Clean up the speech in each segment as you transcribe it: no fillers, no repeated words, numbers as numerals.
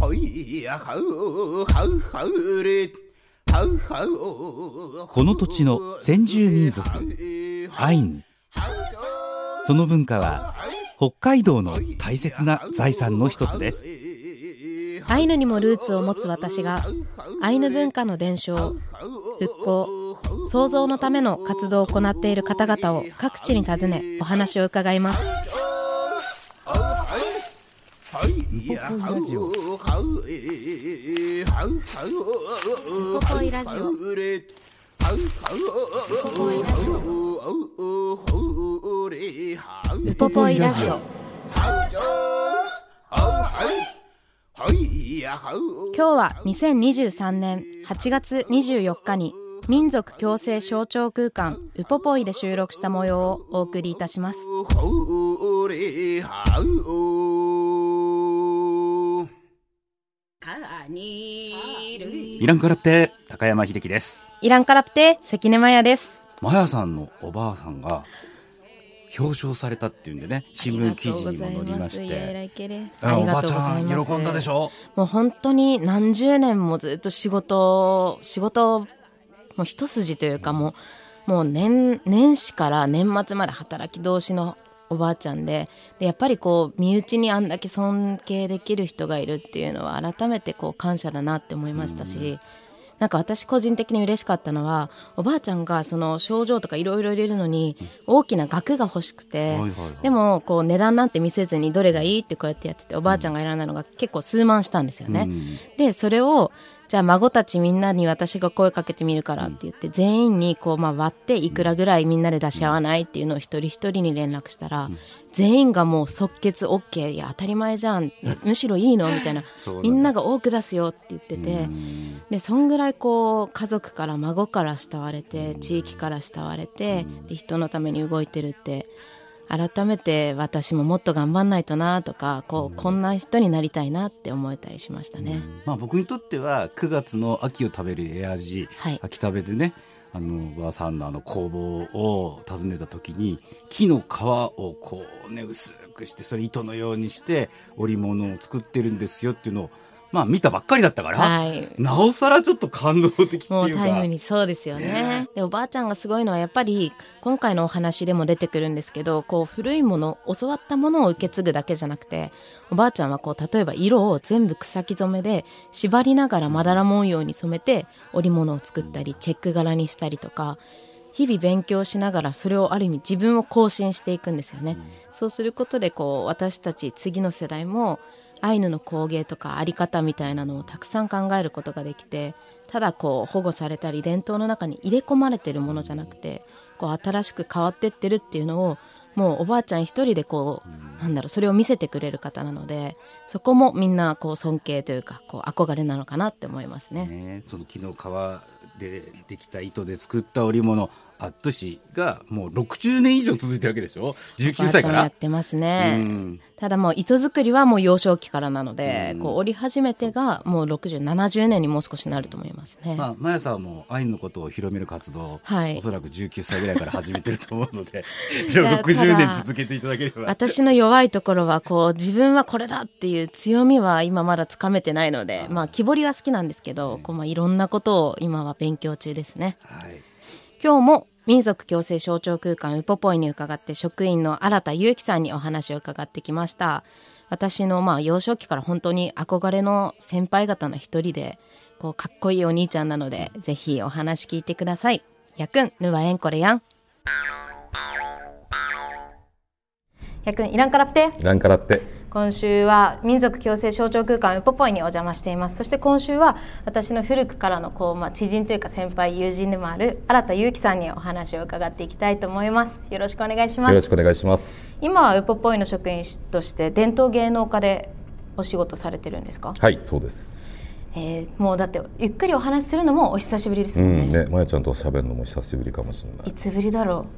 この土地の先住民族アイヌ、その文化は北海道の大切な財産の一つです。 アイヌにもルーツを持つ私がアイヌ文化の伝承、復興、創造のための活動を行っている方々を各地に訪ねお話を伺います。 ウポポイラジオ。 ウポポイラジオ。今日は2023年8月24日に民族共生象徴空間ウポポイで収録した模様をお送りいたします。 イランカラプテ高山秀樹です。 イランカラプテ関根麻也です。 麻也さんのおばあさんが表彰されたっていうんでね、新聞記事にも載りまして、おばあちゃん喜んだでしょ。 もう本当に何十年もずっと仕事もう一筋というか、もう年始から年末まで働き通しのおばあちゃんで、やっぱりこう身内にあんだけ尊敬できる人がいるっていうのは改めてこう感謝だなって思いましたし、なんか私個人的に嬉しかったのは、おばあちゃんがその症状とかいろいろ入れるのに大きな額が欲しくて、でもこう値段なんて見せずにどれがいいってこうやってやってて、おばあちゃんが選んだのが結構数万したんですよね。でそれをじゃあ孫たちみんなに私が声かけてみるからって言って、全員にこう割っていくらぐらいみんなで出し合わないっていうのを一人一人に連絡したら、全員がもう即決 OK、 いや当たり前じゃん、むしろいいのみたいなみんなが多く出すよって言ってて、でそんぐらいこう家族から孫から慕われて、地域から慕われて、で人のために動いてるって、改めて私ももっと頑張んないとなとか、こんな人になりたいなって思えたりしましたね。 僕にとっては9月の秋を食べるエアジ、秋食べでね、おばあさんの工房を訪ねた時に、木の皮をこうね薄くして、それ糸のようにして織物を作ってるんですよっていうのを見たばっかりだったから、なおさらちょっと感動的っていうか、 もうタイムにそうですよね。でおばあちゃんがすごいのはやっぱり今回のお話でも出てくるんですけど、こう古いもの、教わったものを受け継ぐだけじゃなくて、おばあちゃんはこう例えば色を全部草木染めで縛りながらまだら文様に染めて織物を作ったり、チェック柄にしたりとか、日々勉強しながらそれをある意味自分を更新していくんですよね。そうすることでこう私たち次の世代もアイヌの工芸とかあり方みたいなのをたくさん考えることができて、ただこう保護されたり伝統の中に入れ込まれているものじゃなくて、こう新しく変わっていってるっていうのを、もうおばあちゃん一人でこうそれを見せてくれる方なので、そこもみんなこう尊敬というかこう憧れなのかなって思いますね。 その木の皮でできた糸で作った織物、アット氏がもう60年以上続いてるわけでしょ。19歳からやってますね。ただもう糸作りはもう幼少期からなので、こう織り始めてがもう60、70年にもう少しなると思いますね。 麻也さんもアイヌのことを広める活動、おそらく19歳ぐらいから始めてると思うので60年続けていただければ。 私の弱いところはこう自分はこれだっていう強みは今まだつかめてないので、木彫りは好きなんですけど、いろんなことを今は勉強中ですね。今日も民族共生象徴空間ウポポイに伺って、職員の新田祐樹さんにお話を伺ってきました。私の幼少期から本当に憧れの先輩方の一人で、こうかっこいいお兄ちゃんなので、ぜひお話聞いてください。やくんぬわえんこれやん。やくんイランカラプテ。 イランカラプテ。 今週は民族共生象徴空間ウポポイにお邪魔しています。そして今週は私の古くからの知人というか先輩友人でもある新田祐樹さんにお話を伺っていきたいと思います。よろしくお願いします。 よろしくお願いします。 今はウポポイの職員として伝統芸能家でお仕事されてるんですか？ はい、そうです。 もうだってゆっくりお話しするのもお久しぶりですもんね。 まやちゃんと喋るのも久しぶりかもしれない。 いつぶりだろう。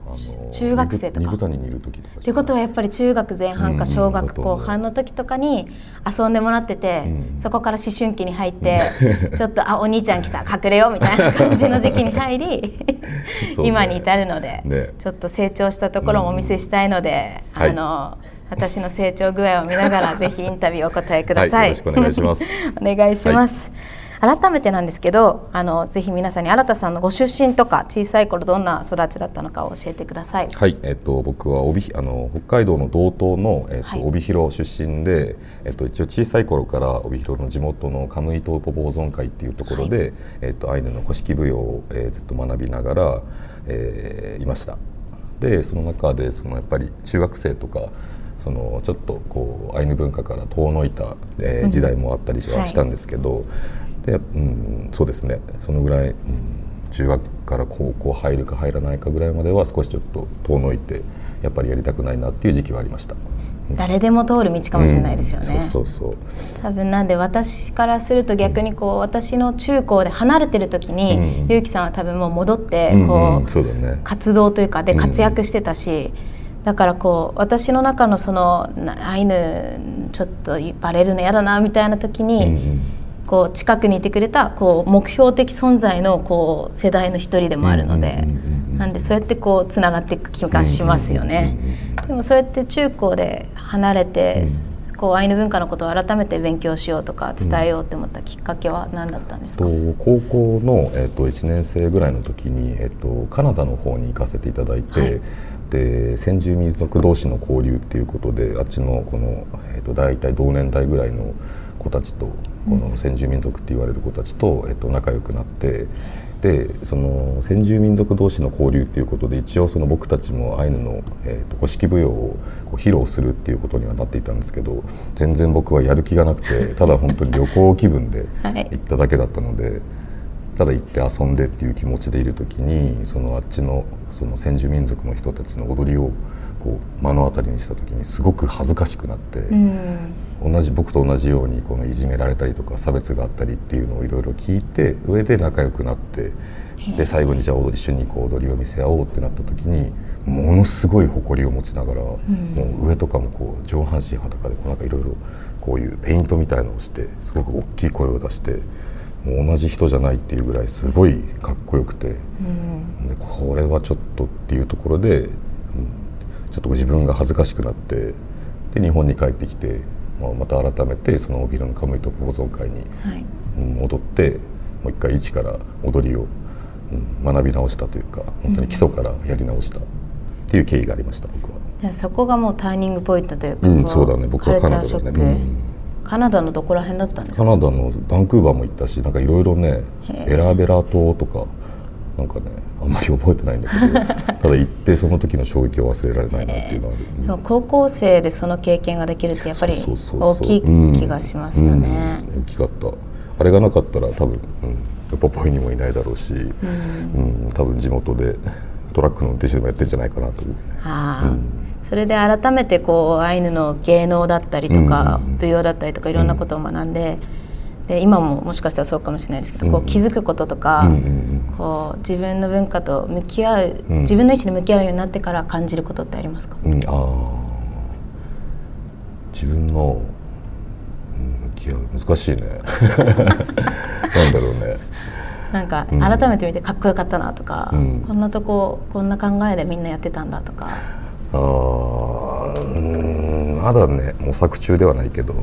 中学生とか二部谷にいる時とかってことはやっぱり中学前半か小学後半の時とかに遊んでもらってて、そこから思春期に入ってちょっとお兄ちゃん来た隠れよみたいな感じの時期に入り今に至るので、ちょっと成長したところもお見せしたいので、私の成長具合を見ながらぜひインタビューお答えください。 よろしくお願いしますお願いします。改めてなんですけど、ぜひ皆さんに新さんのご出身とか小さい頃どんな育ちだったのかを教えてください。 はい、僕は北海道の道東の、帯広出身で、一応小さい頃から帯広の地元のカムイトーポボーゾン会っていうところで、アイヌの古式舞踊を、ずっと学びながら、いました。でその中でやっぱり中学生とかちょっとこうアイヌ文化から遠のいた、時代もあったりはしたんですけど、でそうですね、そのぐらい、中学から高校入るか入らないかぐらいまでは少しちょっと遠のいてやっぱりやりたくないなっていう時期はありました。 誰でも通る道かもしれないですよね。 そう多分なんで私からすると逆にこう私の中高で離れてる時にゆうきさんは多分もう戻ってこう活動というかで活躍してたし、だからこう私の中のそのアイヌちょっとバレるの嫌だなみたいな時にこう近くにいてくれたこう目標的存在のこう世代の一人でもあるので、なんでそうやってこうつながっていく気がしますよね。でもそうやって中高で離れてこうアイヌ文化のことを改めて勉強しようとか伝えようって思ったきっかけは何だったんですか？ 高校の、1年生ぐらいの時に、カナダの方に行かせていただいて、で先住民族同士の交流っていうことであっちのこの、大体同年代ぐらいの子たちとこの先住民族って言われる子たちと、仲良くなって、でその先住民族同士の交流っていうことで一応僕たちもアイヌの、古式舞踊をこう披露するっていうことにはなっていたんですけど、全然僕はやる気がなくてただ本当に旅行気分で行っただけだったので、ただ行って遊んでっていう気持ちでいる時にあっちの先住民族の人たちの踊りをこう目の当たりにした時にすごく恥ずかしくなって、僕と同じようにこのいじめられたりとか差別があったりっていうのをいろいろ聞いて上で仲良くなって、で最後にじゃあ一緒にこう踊りを見せ合おうってなった時にものすごい誇りを持ちながら、もう上とかもこう上半身裸でなんかいろいろこういうペイントみたいのをしてすごく大きい声を出して、もう同じ人じゃないっていうぐらいすごいかっこよくて、でこれはちょっとっていうところで、ちょっと自分が恥ずかしくなって、で日本に帰ってきて、また改めてその帯広のカムイトポボゾン会に、戻ってもう一回一から踊りを、学び直したというか本当に基礎からやり直したっていう経緯がありました。僕はそこがもうターニングポイントというか、 そうだね、僕はカナダだね。 カナダのどこら辺だったんですか？ カナダのバンクーバーも行ったし、なんかいろいろね、エラーベラ島とかなんかね、あんまり覚えてないんだけどただ行ってその時の衝撃を忘れられないなっていうのはある。 高校生でその経験ができるってやっぱり大きい気がしますよね。 大きかった。あれがなかったら多分、ポポイにもいないだろうし、多分地元でトラックの運転手でもやってるんじゃないかなと思う。 それで改めてこうアイヌの芸能だったりとか、舞踊だったりとかいろんなことを学んで、で今ももしかしたらそうかもしれないですけど、こう気づくこととか、こう自分の文化と向き合う、自分の意思に向き合うようになってから感じることってありますか？ 自分の向き合う、難しいねなんだろうね。 なんか改めて見てかっこよかったなとか、こんなとここんな考えでみんなやってたんだとか。 まだね模索中ではないけど、や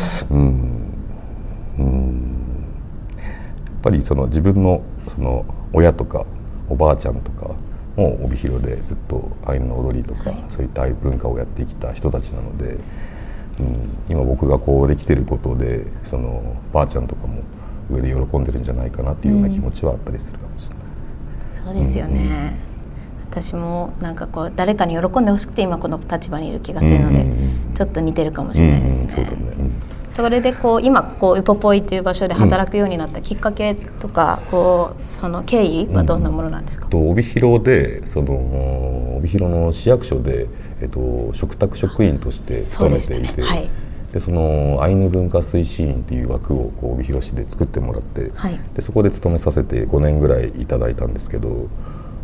っぱり自分の親とかおばあちゃんとかも帯広でずっとアイヌの踊りとか、そういった文化をやってきた人たちなので、今僕がこうできてることでばあちゃんとかも上で喜んでるんじゃないかなっていうような気持ちはあったりするかもしれない。 そうですよね。私もなんかこう誰かに喜んでほしくて今この立場にいる気がするので、ちょっと似てるかもしれないですね。それでこう今こうウポポイという場所で働くようになったきっかけとか、こうその経緯はどんなものなんですか？ 帯広で帯広の市役所で、嘱託職員として勤めていて、でそのアイヌ文化推進員っていう枠をこう帯広市で作ってもらって、でそこで勤めさせて5年ぐらいいただいたんですけど、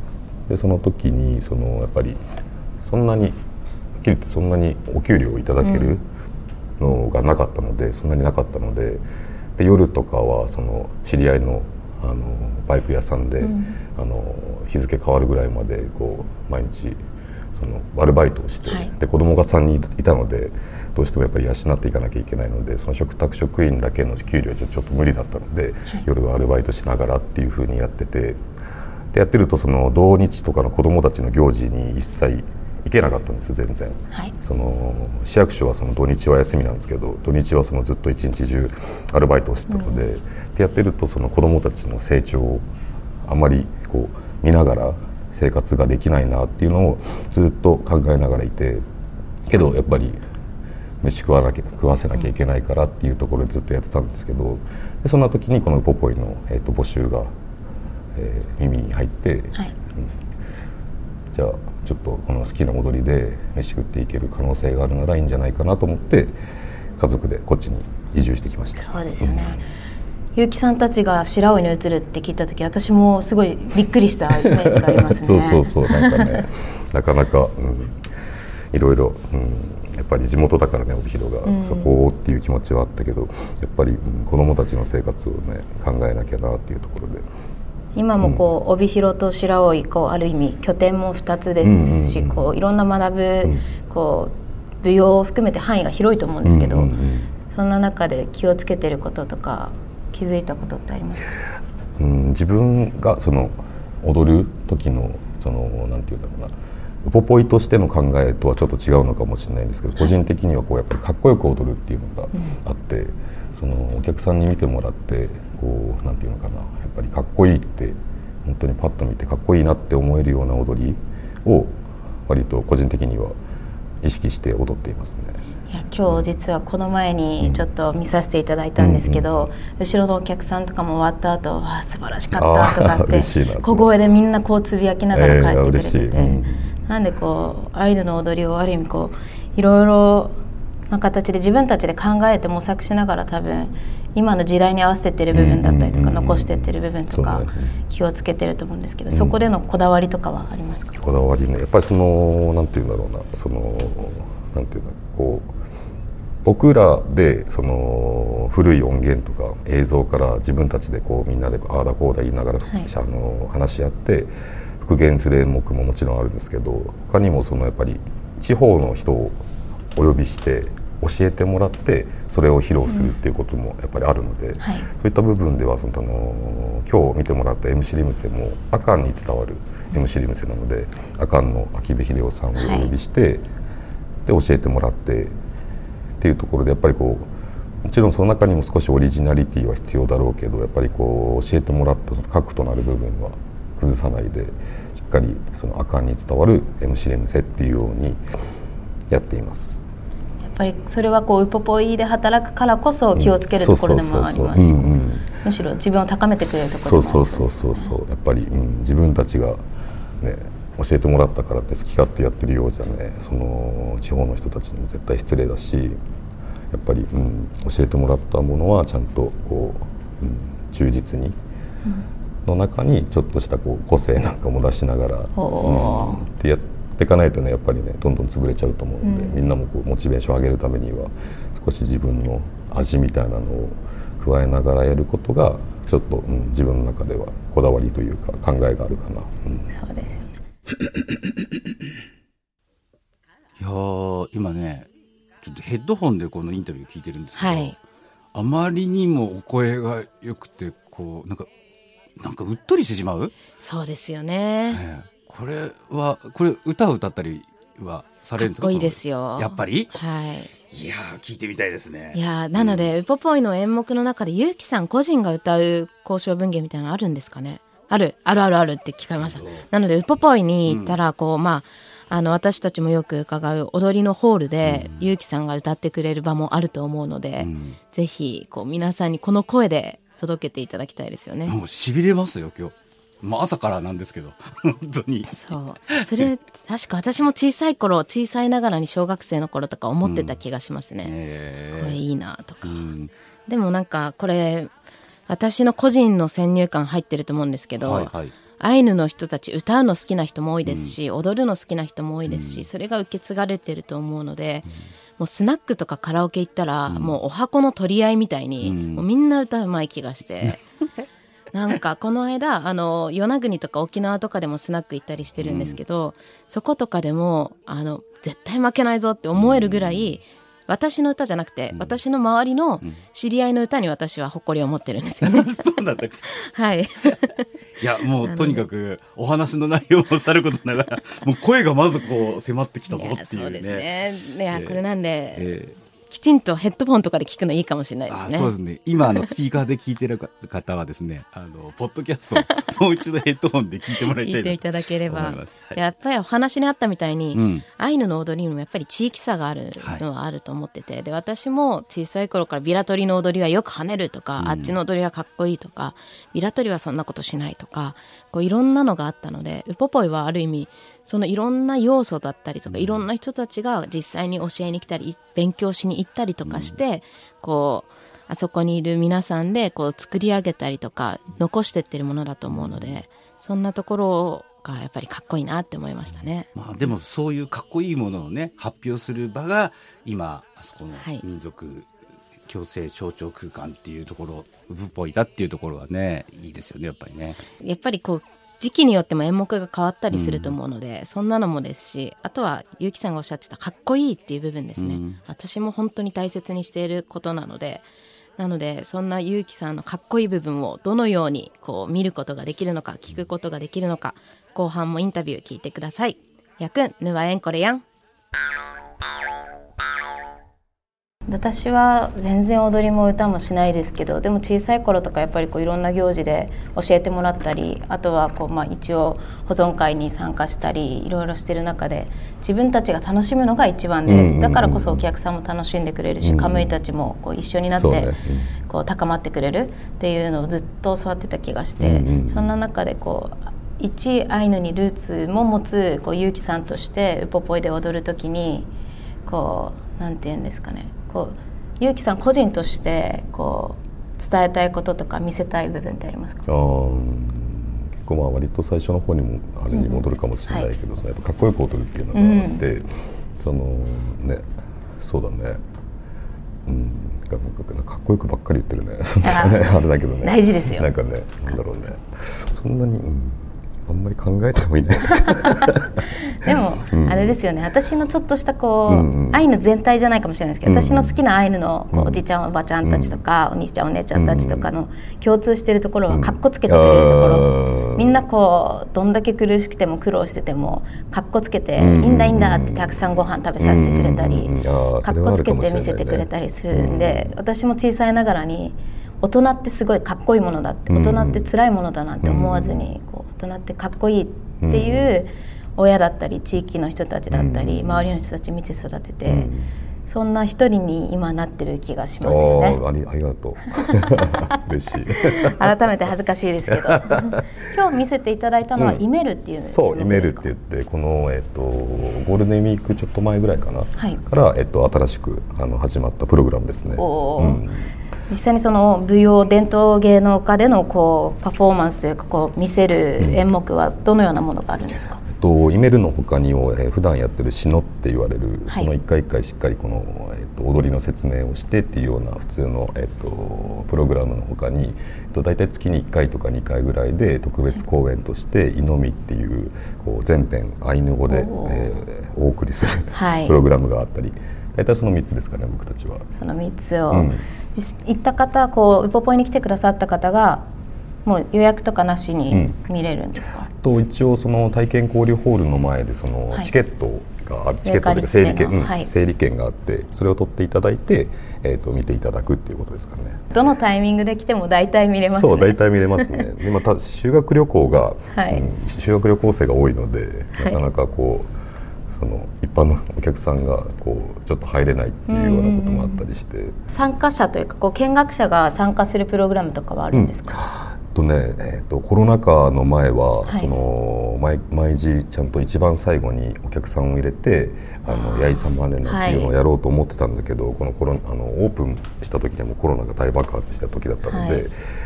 でその時にやっぱりそんなにそんなにお給料をいただけるのがなかったので、そんなになかったので、夜とかは知り合いのバイク屋さんで、日付変わるぐらいまで毎日アルバイトをして、で子供が3人いたのでどうしてもやっぱり養っていかなきゃいけないので、食卓職員だけの給料じゃちょっと無理だったので、夜はアルバイトしながらっていう風にやってて、でやってると同日とかの子供たちの行事に一切行けなかったんです全然、市役所は土日は休みなんですけど、土日はずっと一日中アルバイトをしてたので、でやってると子どもたちの成長をあまり見ながら生活ができないなっていうのをずっと考えながらいて、けどやっぱり飯食わせなきゃいけないからっていうところでずっとやってたんですけど、でそんな時にこのウポポイの、募集が、耳に入って、じゃあちょっとこの好きな踊りで飯食っていける可能性があるならいいんじゃないかなと思って、家族でこっちに移住してきました。 そうですよね、結城さんたちが白老に移るって聞いた時、私もすごいびっくりしたイメージがありますね。 そうなんかねなかなか、いろいろ、やっぱり地元だからね、帯広が、そこをっていう気持ちはあったけど、やっぱり、子どもたちの生活をね考えなきゃなっていうところで、 今も帯広と白老ある意味拠点も2つですし、いろんな学ぶ、舞踊を含めて範囲が広いと思うんですけど、そんな中で気をつけてることとか気づいたことってありますか？ 自分が踊る時のなんていうんだろうな、ウポポイとしての考えとはちょっと違うのかもしれないんですけど、個人的にはやっぱりかっこよく踊るっていうのがあって、お客さんに見てもらってなんていうのかな、やっぱりかっこいいって本当にパッと見てかっこいいなって思えるような踊りを割と個人的には意識して踊っていますね。 いや、今日実はこの前にちょっと見させていただいたんですけど、後ろのお客さんとかも終わった後、素晴らしかったとかって小声でみんなつぶやきながら帰ってくれてて、なんでアイヌの踊りをある意味いろいろな形で自分たちで考えて模索しながら、多分今の時代に合わせてってる部分だったりとか、残してってる部分とか気をつけてると思うんですけど、そこでのこだわりとかはありますか？ こだわりね、やっぱりなんていうんだろうな、なんていうんだろう、僕らで古い音源とか映像から自分たちでみんなでああだこうだ言いながら、話し合って復元する演目ももちろんあるんですけど、他にもやっぱり地方の人をお呼びして教えてもらってそれを披露するっていうこともやっぱりあるので、そういった部分では今日見てもらった M シリムセも阿寒に伝わる M シリムセなので、阿寒の秋部秀夫さんをお呼びして、で教えてもらってっていうところで、やっぱりもちろんその中にも少しオリジナリティは必要だろうけど、やっぱり教えてもらった核となる部分は崩さないで、しっかり阿寒に伝わる M シリムセっていうようにやっています。 やっぱりそれはウポポイで働くからこそ気をつけるところでもありますし、むしろ自分を高めてくれるところでもありますね。 やっぱり、自分たちがね教えてもらったからって好き勝手やってるようじゃね、地方の人たちにも絶対失礼だし、やっぱり、教えてもらったものはちゃんと忠実に、の中にちょっとした個性なんかも出しながら、ってやっていかないとね、やっぱりねどんどん潰れちゃうと思うので、みんなもモチベーション上げるためには少し自分の味みたいなのを加えながらやることがちょっと、自分の中ではこだわりというか考えがあるかな。 そうですよね。 いや今ねちょっとヘッドホンでこのインタビュー聞いてるんですけど、あまりにもお声が良くてなんかうっとりしてしまう。 そうですよね、 これ歌を歌ったりはされるんですか？ かっこいいですよ、 やっぱり。 いや聞いてみたいですね。 いやなので、ウポポイの演目の中で結城さん個人が歌う交渉文芸みたいなのあるんですかね？あるって聞かれました。なのでウポポイに行ったら私たちもよく伺う踊りのホールで結城さんが歌ってくれる場もあると思うので、ぜひ皆さんにこの声で届けていただきたいですよね。 もう痺れますよ今日。朝からなんですけど本当にそれ確か私も小さいながらに小学生の頃とか思ってた気がしますね、これいいなとか、でもなんかこれ私の個人の先入観入ってると思うんですけど、 アイヌの人たち歌うの好きな人も多いですし、踊るの好きな人も多いですし、それが受け継がれてると思うので、もうスナックとかカラオケ行ったら、もうお箱の取り合いみたいに、もうみんな歌うまい気がしてなんかこの間与那国とか沖縄とかでもスナック行ったりしてるんですけど、そことかでも絶対負けないぞって思えるぐらい、私の歌じゃなくて、私の周りの知り合いの歌に私は誇りを持ってるんですよねそうなんだはいいやもうとにかくお話の内容もさることながらもう声がまずこう迫ってきたぞっていうね。 そうですね。いやこれなんで、きちんとヘッドフォンとかで聞くのいいかもしれないですね。 そうですね。今スピーカーで聞いてる方はですね、ポッドキャストをもう一度ヘッドホンで聞いてもらいたいと聞いていただければ、 思います。はい、 やっぱりお話にあったみたいに、アイヌの踊りにもやっぱり地域差があるのはあると思ってて、で私も小さい頃からビラトリの踊りはよく跳ねるとか、あっちの踊りはかっこいいとか、ビラトリはそんなことしないとか、こういろんなのがあったので、ウポポイはある意味そのいろんな要素だったりとか、いろんな人たちが実際に教えに来たり勉強しに行ったりとかして、こうあそこにいる皆さんでこう作り上げたりとか残してってるものだと思うので、そんなところがやっぱりかっこいいなって思いましたね。 でもそういうかっこいいものをね発表する場が今あそこの民族共生象徴空間っていうところ、ウポポイだっていうところはねいいですよね。やっぱりね、 やっぱりこう時期によっても演目が変わったりすると思うので、そんなのもですし、あとはゆうきさんがおっしゃってたかっこいいっていう部分ですね、私も本当に大切にしていることなので、そんなゆうきさんのかっこいい部分をどのようにこう見ることができるのか、聞くことができるのか、後半もインタビュー聞いてください。やくんぬわえんこれやん。私は全然踊りも歌もしないですけど、でも小さい頃とかやっぱりこういろんな行事で教えてもらったり、あとはこう一応保存会に参加したりいろいろしてる中で、自分たちが楽しむのが一番です。だからこそお客さんも楽しんでくれるし、カムイたちもこう一緒になってこう高まってくれるっていうのをずっと教わってた気がして、そんな中でこう一アイヌにルーツも持つこうゆうきさんとしてウポポイで踊るときに、こうなんていうんですかね、こうゆうきさん個人としてこう伝えたいこととか見せたい部分ってありますか？ 結構割と最初の方にもあれに戻るかもしれないけど、やっぱかっこよく踊るっていうのがあって、そうだね、かっこよくばっかり言ってるねあれだけどね、 大事ですよ。 なんかね、なんだろうね、そんなに、あんまり考えてもいないでも、あれですよね、私のちょっとしたこう、アイヌ全体じゃないかもしれないですけど、私の好きなアイヌのこうおじちゃんおばちゃんたちとか、お兄ちゃんお姉ちゃんたちとかの共通しているところはかっこつけてくれるところ、みんなこうどんだけ苦しくても苦労しててもかっこつけて、いいんだいいんだってたくさんご飯食べさせてくれたり、かっこつけて見せてくれたりするんで、私も小さいながらに大人ってすごいかっこいいものだって、大人って辛いものだなんて思わずに、こう大人ってかっこいいっていう親だったり地域の人たちだったり、周りの人たち見て育てて、そんな一人に今なってる気がしますよね。 ありがとう嬉しい改めて恥ずかしいですけど今日見せていただいたのはイメルっていうのですか？ そう、イメルって言って、この、ゴールデンウィークちょっと前ぐらいかな、から、新しく始まったプログラムですね。 実際にその舞踊伝統芸能家でのこうパフォーマンスというか、こう見せる演目はどのようなものがあるんですか？ イメルの他にも、普段やってるシノって言われる、その一回一回しっかりこの、踊りの説明をしてっていうような普通の、プログラムの他に、大体月に1回とか2回ぐらいで特別公演として「イノミ」っていう、こう全編アイヌ語で、お送りするプログラムがあったり、大体その3つですかね、僕たちは。 その3つを、行った方、こうウポポイに来てくださった方がもう予約とかなしに見れるんですか？ 一応その体験交流ホールの前でそのチケットがある、チケットというか整理券、整理券があって、それを取っていただいて、見ていただくっていうことですかね。 どのタイミングで来ても大体見れますね。 そう、大体見れますねで、修学旅行が、修学旅行生が多いので、なかなかこうその一般のお客さんがこうちょっと入れないっていうようなこともあったりして、 参加者というかこう見学者が参加するプログラムとかはあるんですか？ コロナ禍の前は、その毎時ちゃんと一番最後にお客さんを入れてヤイサマネナっていうのをやろうと思ってたんだけど、このオープンした時にはもうコロナが大爆発した時だったので、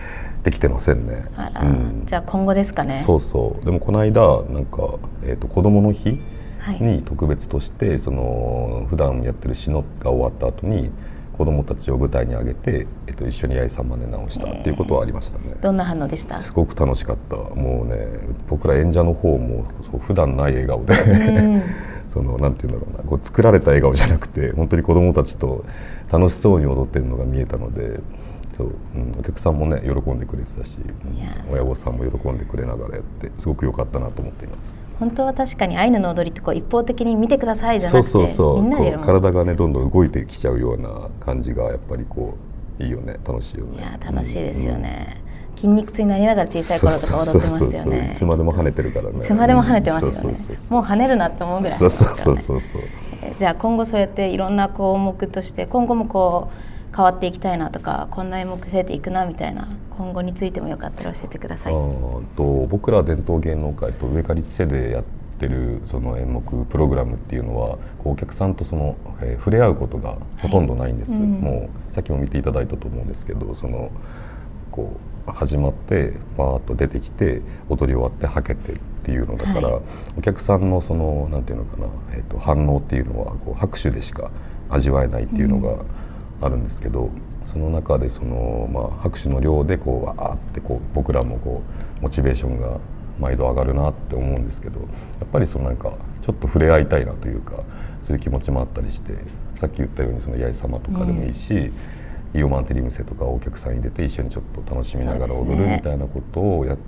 できてませんね。 あら、じゃあ今後ですかね。 そうそう。でもこの間なんか、子どもの日に特別として、その普段やってる詩のが終わった後に子どもたちを舞台に上げて、一緒に八重さんまで直したっていうことはありましたね。 どんな反応でした？ すごく楽しかった。もうね、僕ら演者の方も普段ない笑顔でそのなんていうんだろうな、こう作られた笑顔じゃなくて本当に子どもたちと楽しそうに踊ってるのが見えたので、お客さんもね喜んでくれてたし、親御さんも喜んでくれながらやってすごく良かったなと思っています。 本当は確かにアイヌの踊りってこう一方的に見てくださいじゃなくて、みんなでやるもの。 体がねどんどん動いてきちゃうような感じがやっぱりこういいよね、楽しいよね。 いや楽しいですよね、筋肉痛になりながら小さい頃とか踊ってましたよね。 いつまでも跳ねてるからね。 いつまでも跳ねてますよね。もう跳ねるなって思うぐらいですからね。じゃあ今後そうやっていろんな項目として今後もこう変わっていきたいなとか、こんな演目増えていくなみたいな今後についてもよかったら教えてください。 僕ら伝統芸能界と上刈市でやってるその演目プログラムっていうのはこうお客さんとその、触れ合うことがほとんどないんです、もうさっきも見ていただいたと思うんですけど、そのこう始まってバーッと出てきて踊り終わってはけてっていうのだから、お客さんのそのなんていうのかな、反応っていうのはこう拍手でしか味わえないっていうのがあるんですけど、その中でその、拍手の量でこうわーってこう僕らもこうモチベーションが毎度上がるなって思うんですけど、やっぱりそのなんかちょっと触れ合いたいなというか、そういう気持ちもあったりして、さっき言ったようにその八重様とかでもいいし、イオマンテリムセとかお客さん入れて一緒にちょっと楽しみながら踊るみたいなことをやって、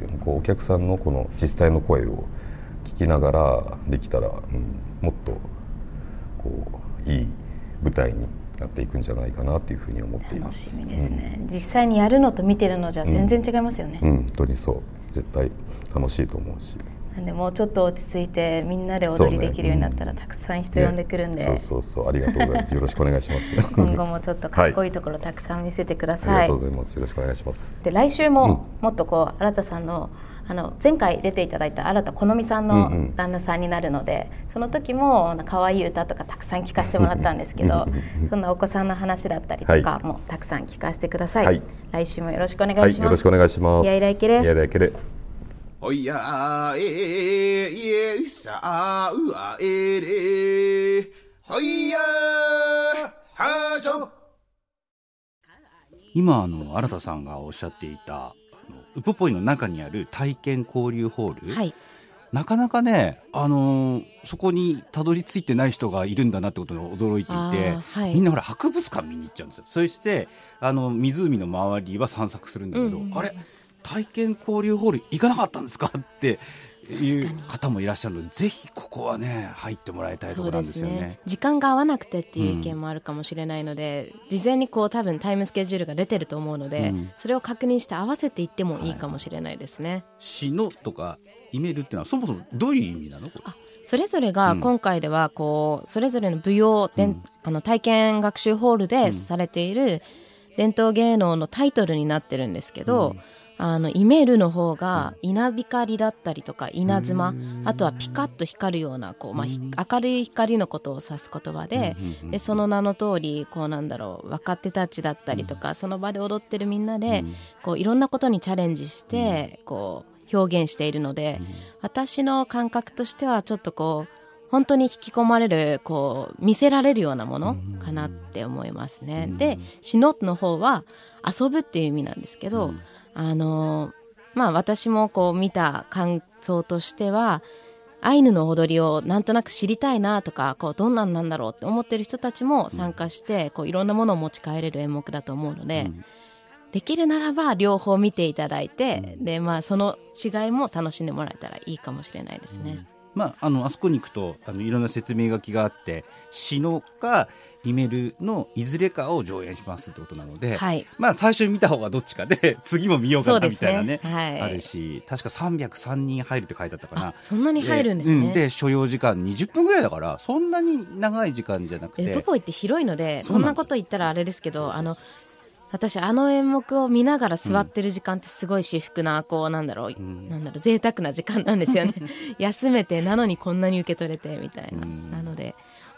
こうお客さんのこの実際の声を聞きながらできたら、もっとこういい舞台になっていくんじゃないかなっていうふうに思っています。 楽しみですね、実際にやるのと見てるのじゃ全然違いますよね。 本当にそう、絶対楽しいと思うし、 なんでもうちょっと落ち着いてみんなで踊りできるようになったら、たくさん人呼んでくるんで、 そうありがとうございます。よろしくお願いします今後もちょっとかっこいいところたくさん見せてください。 ありがとうございます。よろしくお願いします。 で来週ももっとこう新さんの前回出ていただいた新好美さんの旦那さんになるので、その時も可愛い歌とかたくさん聞かせてもらったんですけどそんなお子さんの話だったりとかもたくさん聞かせてください。来週もよろしくお願いします。 よろしくお願いします。 やいらいけれおやえさあうあえれおやはちょ。今新さんがおっしゃっていたウポポイの中にある体験交流ホール、なかなかね、そこにたどり着いてない人がいるんだなってことに驚いていて、みんなほら博物館見に行っちゃうんですよ。そして湖の周りは散策するんだけど、あれ体験交流ホール行かなかったんですかっていう方もいらっしゃるので、ぜひここはね入ってもらいたいところなんですよね。 時間が合わなくてっていう意見もあるかもしれないので、事前にこう多分タイムスケジュールが出てると思うので、それを確認して合わせていってもいいかもしれないですね。 詩のとかイメールっていうのはそもそもどういう意味なの？ それぞれが今回ではこうそれぞれの舞踊で、体験学習ホールでされている伝統芸能のタイトルになってるんですけど、イメールの方が稲光だったりとか稲妻、あとはピカッと光るようなこう、明るい光のことを指す言葉で、その名の通りこうなんだろう、若手たちだったりとか、その場で踊ってるみんなでこういろんなことにチャレンジしてこう表現しているので、私の感覚としてはちょっとこう本当に引き込まれる、こう見せられるようなものかなって思いますね。でシノの方は遊ぶっていう意味なんですけど、私もこう見た感想としては、アイヌの踊りをなんとなく知りたいなとか、こうどんなんなんだろうって思ってる人たちも参加して、こういろんなものを持ち帰れる演目だと思うので、できるならば両方見ていただいて、でその違いも楽しんでもらえたらいいかもしれないですね。 あそこに行くといろんな説明書きがあって、詩のかイメルのいずれかを上演しますってことなので、最初に見た方がどっちかで次も見ようかなみたいなね、あるし、確か303人入るって書いてあったかな。 そんなに入るんですね。 で所要時間20分ぐらいだから、そんなに長い時間じゃなくて、 ウポポイって広いので、そんなこと言ったらあれですけど、私演目を見ながら座ってる時間ってすごい至福なこうなんだろう贅沢な時間なんですよね休めて、なのにこんなに受け取れてみたいな、なので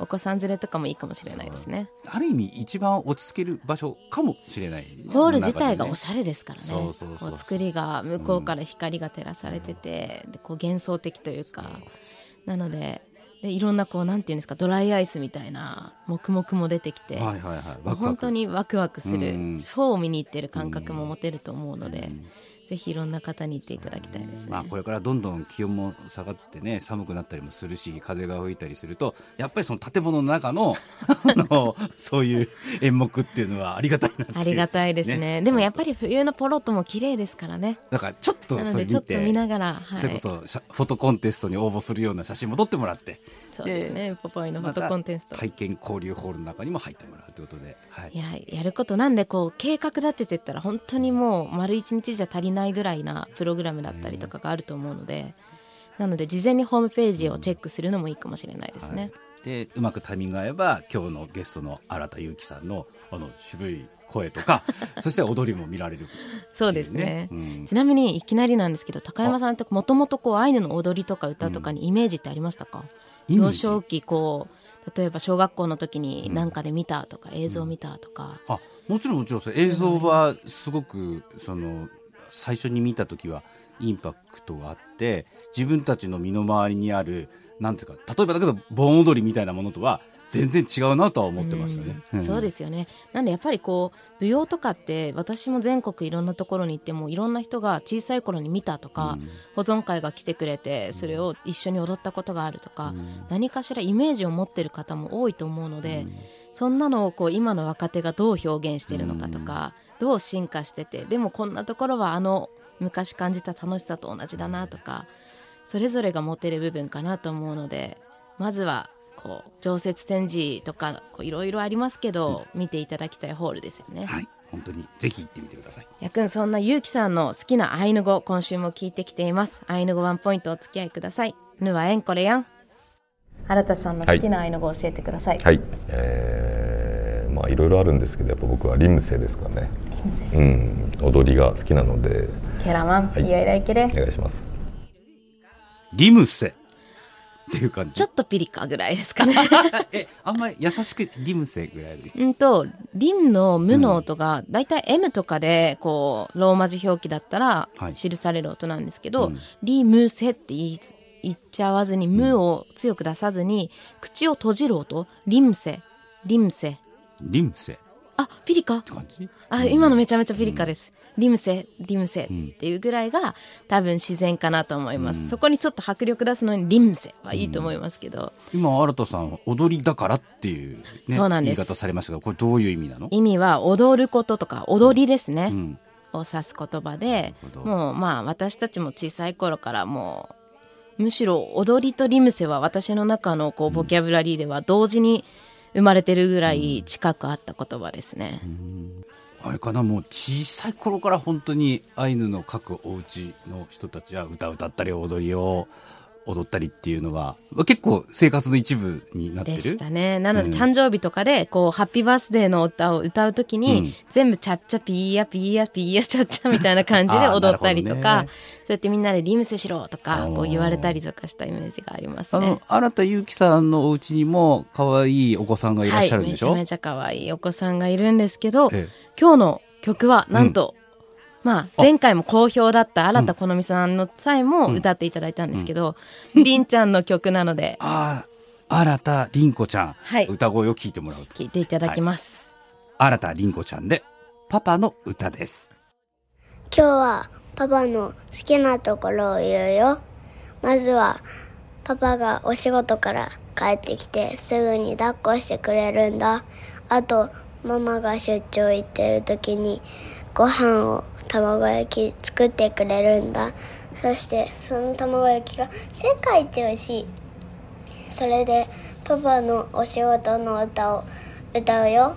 お子さん連れとかもいいかもしれないですね。 ある意味一番落ち着ける場所かもしれない、 ホール自体がおしゃれですからね。 そうそうそうそう、 作りが向こうから光が照らされてて、でこう幻想的というか、なのでいろんなこうなんていうんですか、ドライアイスみたいな黙々も出てきて、 はいはいはい、ワクワク、 本当にワクワクする、シうんョーを見に行ってる感覚も持てると思うので、ぜひいろんな方に行っていただきたいですね。 まあ、これからどんどん気温も下がってね、寒くなったりもするし、風が吹いたりすると、やっぱりその建物の中のそういう演目っていうのはありがたいなっていう、 ありがたいですね。でもやっぱり冬のポロットも綺麗ですからね。 だからちょっとそれ見て、 なのでちょっと見ながら、はい、 それこそフォトコンテストに応募するような写真も撮ってもらって、 そうですね、ポポイのフォトコンテスト、 体験交流ホールの中にも入ってもらうということで、はい、 いやることなんで、こう計画立ててったら本当にもう丸1日じゃ足りないぐらいなプログラムだったりとかがあると思うので、なので事前にホームページをチェックするのもいいかもしれないですね、 はい、でうまくタイミングが合えば今日のゲストの新田裕樹さんの渋い声とかそして踊りも見られる、 そうですね、ちなみにいきなりなんですけど、高山さんってもともとアイヌの踊りとか歌とかにイメージってありましたか？幼少期こう例えば小学校の時に何かで見たとか、映像見たとか、 もちろんもちろん、映像はすごく最初に見た時はインパクトがあって、自分たちの身の回りにあるなんていうか、例えばだけど盆踊りみたいなものとは全然違うなとは思ってましたね、 そうですよね。なんでやっぱりこう舞踊とかって、私も全国いろんなところに行ってもいろんな人が小さい頃に見たとか、保存会が来てくれてそれを一緒に踊ったことがあるとか、何かしらイメージを持ってる方も多いと思うので、そんなのをこう今の若手がどう表現してるのかとか、どう進化してて、でもこんなところは昔感じた楽しさと同じだなとか、それぞれが持てる部分かなと思うので、まずはこう常設展示とかいろいろありますけど、見ていただきたいホールですよね。 はい、本当にぜひ行ってみてください。 やくん、そんなゆうきさんの好きなアイヌ語、今週も聞いてきています。アイヌ語ワンポイントお付き合いください。ぬはえんこれやん。新田さんの好きなアイヌ語教えてください。 はい、まあいろいろあるんですけど、やっぱ僕はリムセですかね。リムセ、踊りが好きなので。 ケラマン、いやいらいけれ。 お願いします。 リムセっていう感じ。 ちょっとピリカぐらいですかねあんまり優しくリムセぐらいリムのムの音がだいたい M とかでこうローマ字表記だったら記される音なんですけど、リムセって言っちゃわずに、ムを強く出さずに口を閉じる音、リムセリムセリムセ、 ピリカって感じ。 今のめちゃめちゃピリカです、リムセリムセっていうぐらいが多分自然かなと思います、そこにちょっと迫力出すのにリムセはいいと思いますけど、 今新田さん踊りだからっていう、 そうなんです、 言い方されましたが、これどういう意味なの？ 意味は踊ることとか踊りですね、を指す言葉で、もう私たちも小さい頃からもうむしろ踊りとリムセは私の中のこうボキャブラリーでは同時に生まれてるぐらい近くあった言葉ですね、 あれかな、もう小さい頃から本当にアイヌの各お家の人たちは歌ったり踊りを踊ったりっていうのは結構生活の一部になってるでしたね。なので誕生日とかでこうハッピーバースデーの歌を歌うときに、全部チャッチャピーヤピーヤピーヤチャッチャみたいな感じで踊ったりとか、そうやってみんなでリムセしろとかこう言われたりとかしたイメージがありますね。 新田裕樹さんのお家にも可愛いお子さんがいらっしゃるんでしょ？ めちゃめちゃ可愛いお子さんがいるんですけど、今日の曲はなんと、前回も好評だった新田好美さんの際も歌っていただいたんですけど、りんちゃんの曲なので、 新田凛子ちゃん、歌声を聞いてもらうと、 聞いていただきます、 新田凛子ちゃんでパパの歌です。 今日はパパの好きなところを言うよ。まずはパパがお仕事から帰ってきてすぐに抱っこしてくれるんだ。あとママが出張行ってる時にご飯を卵焼き作ってくれるんだ。そしてその卵焼きが世界一美味しい。それでパパのお仕事の歌を歌うよ。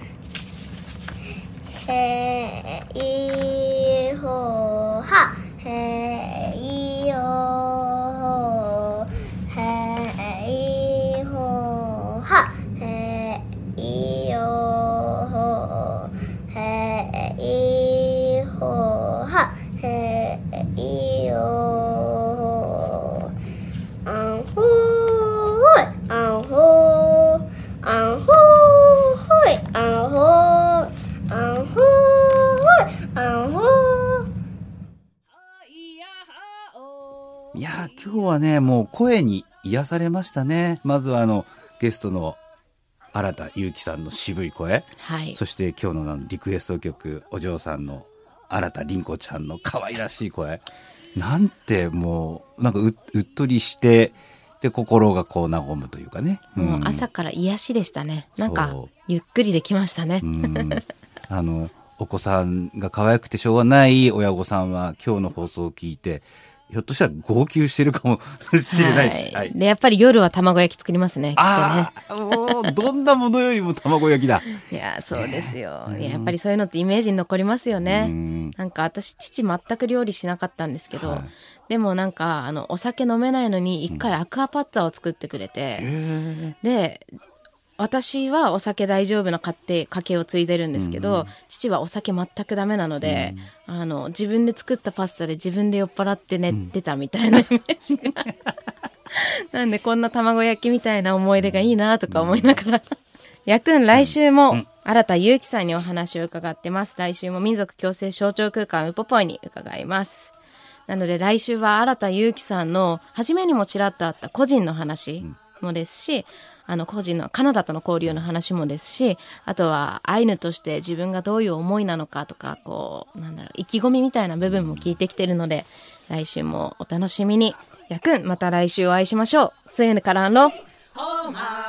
へいほはへいよへいほはへいよへいほはへいよあんほーいあんほーや今日はねもう声に癒されましたね。まずはゲストの新田祐希さんの渋い声、 はい、 そして今日のリクエスト曲お嬢さんの新田凛子ちゃんの可愛らしい声なんてもうなんか うっとりしてで心がこう和むというかね、 もう朝から癒しでしたね。なんかゆっくりできましたね。 お子さんが可愛くてしょうがない親御さんは今日の放送を聞いてひょっとしたら号泣してるかもしれないです、 はいはい、でやっぱり夜は卵焼き作りますね。 ああ、もうどんなものよりも卵焼きだ。 いやそうですよ、やっぱりそういうのってイメージに残りますよね。なんか私父全く料理しなかったんですけど、はい、でもなんかお酒飲めないのに一回アクアパッツァを作ってくれて、で私はお酒大丈夫な家系を継いでるんですけど、父はお酒全くダメなので、自分で作ったパスタで自分で酔っ払って寝てたみたいなイメージがなんでこんな卵焼きみたいな思い出がいいなとか思いながらやくん来週も新田祐希さんにお話を伺ってます。来週も民族共生象徴空間ウポポイに伺います。なので来週は新田祐希さんの初めにもちらっとあった個人の話もですし、個人のカナダとの交流の話もですし、あとはアイヌとして自分がどういう思いなのかとか意気込みみたいな部分も聞いてきてるので来週もお楽しみに。やくんまた来週お会いしましょう。See you in the Karan lo.